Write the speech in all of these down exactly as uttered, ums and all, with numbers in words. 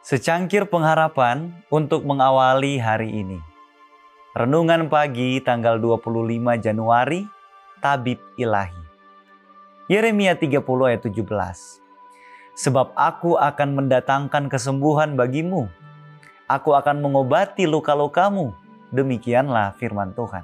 Secangkir pengharapan untuk mengawali hari ini. Renungan pagi tanggal dua puluh lima Januari, Tabib Ilahi. Yeremia tiga puluh ayat tujuh belas. Sebab aku akan mendatangkan kesembuhan bagimu. Aku akan mengobati luka-lukamu. Demikianlah firman Tuhan.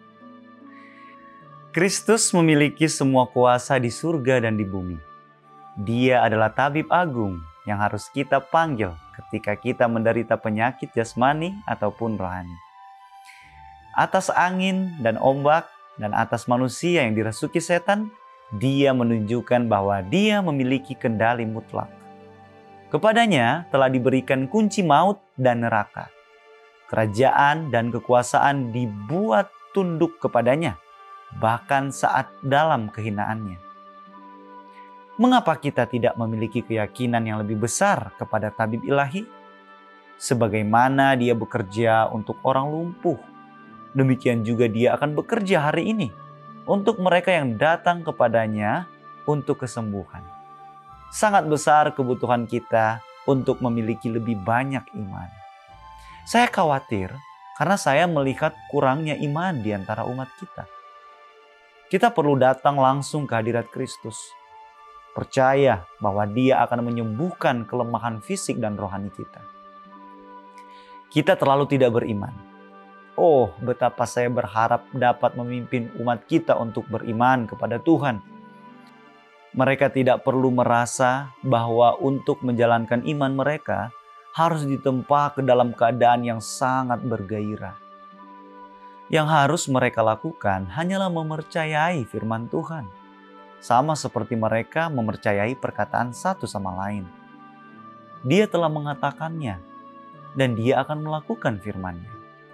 Kristus memiliki semua kuasa di surga dan di bumi. Dia adalah tabib agung yang harus kita panggil ketika kita menderita penyakit jasmani ataupun rohani. Atas angin dan ombak dan atas manusia yang dirasuki setan, Dia menunjukkan bahwa Dia memiliki kendali mutlak. Kepadanya telah diberikan kunci maut dan neraka. Kerajaan dan kekuasaan dibuat tunduk kepadanya, bahkan saat dalam kehinaannya. Mengapa kita tidak memiliki keyakinan yang lebih besar kepada tabib ilahi? Sebagaimana Dia bekerja untuk orang lumpuh, demikian juga Dia akan bekerja hari ini untuk mereka yang datang kepadanya untuk kesembuhan. Sangat besar kebutuhan kita untuk memiliki lebih banyak iman. Saya khawatir karena saya melihat kurangnya iman di antara umat kita. Kita perlu datang langsung ke hadirat Kristus. Percaya bahwa Dia akan menyembuhkan kelemahan fisik dan rohani kita. Kita terlalu tidak beriman. Oh, betapa saya berharap dapat memimpin umat kita untuk beriman kepada Tuhan. Mereka tidak perlu merasa bahwa untuk menjalankan iman mereka harus ditempa ke dalam keadaan yang sangat bergairah. Yang harus mereka lakukan hanyalah mempercayai firman Tuhan. Sama seperti mereka mempercayai perkataan satu sama lain. Dia telah mengatakannya dan Dia akan melakukan firman-Nya.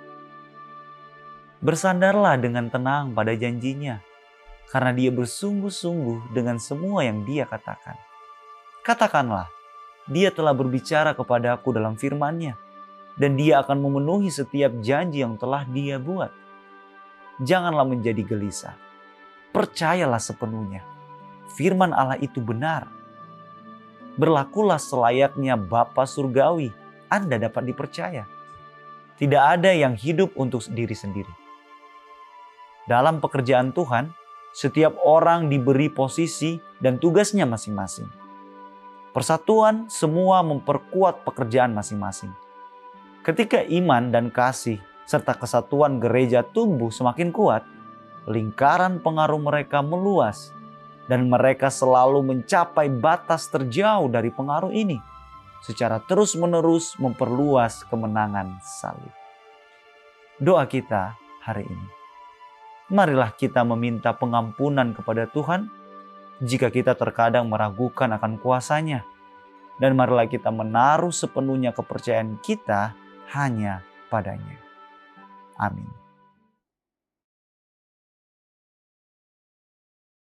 Bersandarlah dengan tenang pada janjinya, karena Dia bersungguh-sungguh dengan semua yang Dia katakan. Katakanlah, Dia telah berbicara kepadaku dalam firman-Nya, dan Dia akan memenuhi setiap janji yang telah Dia buat. Janganlah menjadi gelisah. Percayalah sepenuhnya. Firman Allah itu benar. Berlakulah selayaknya Bapa Surgawi. Anda dapat dipercaya. Tidak ada yang hidup untuk diri sendiri. Dalam pekerjaan Tuhan, setiap orang diberi posisi dan tugasnya masing-masing. Persatuan semua memperkuat pekerjaan masing-masing. Ketika iman dan kasih serta kesatuan gereja tumbuh semakin kuat, lingkaran pengaruh mereka meluas dan mereka selalu mencapai batas terjauh dari pengaruh ini secara terus-menerus memperluas kemenangan salib. Doa kita hari ini. Marilah kita meminta pengampunan kepada Tuhan jika kita terkadang meragukan akan kuasa-Nya. Dan marilah kita menaruh sepenuhnya kepercayaan kita hanya padanya. Amin.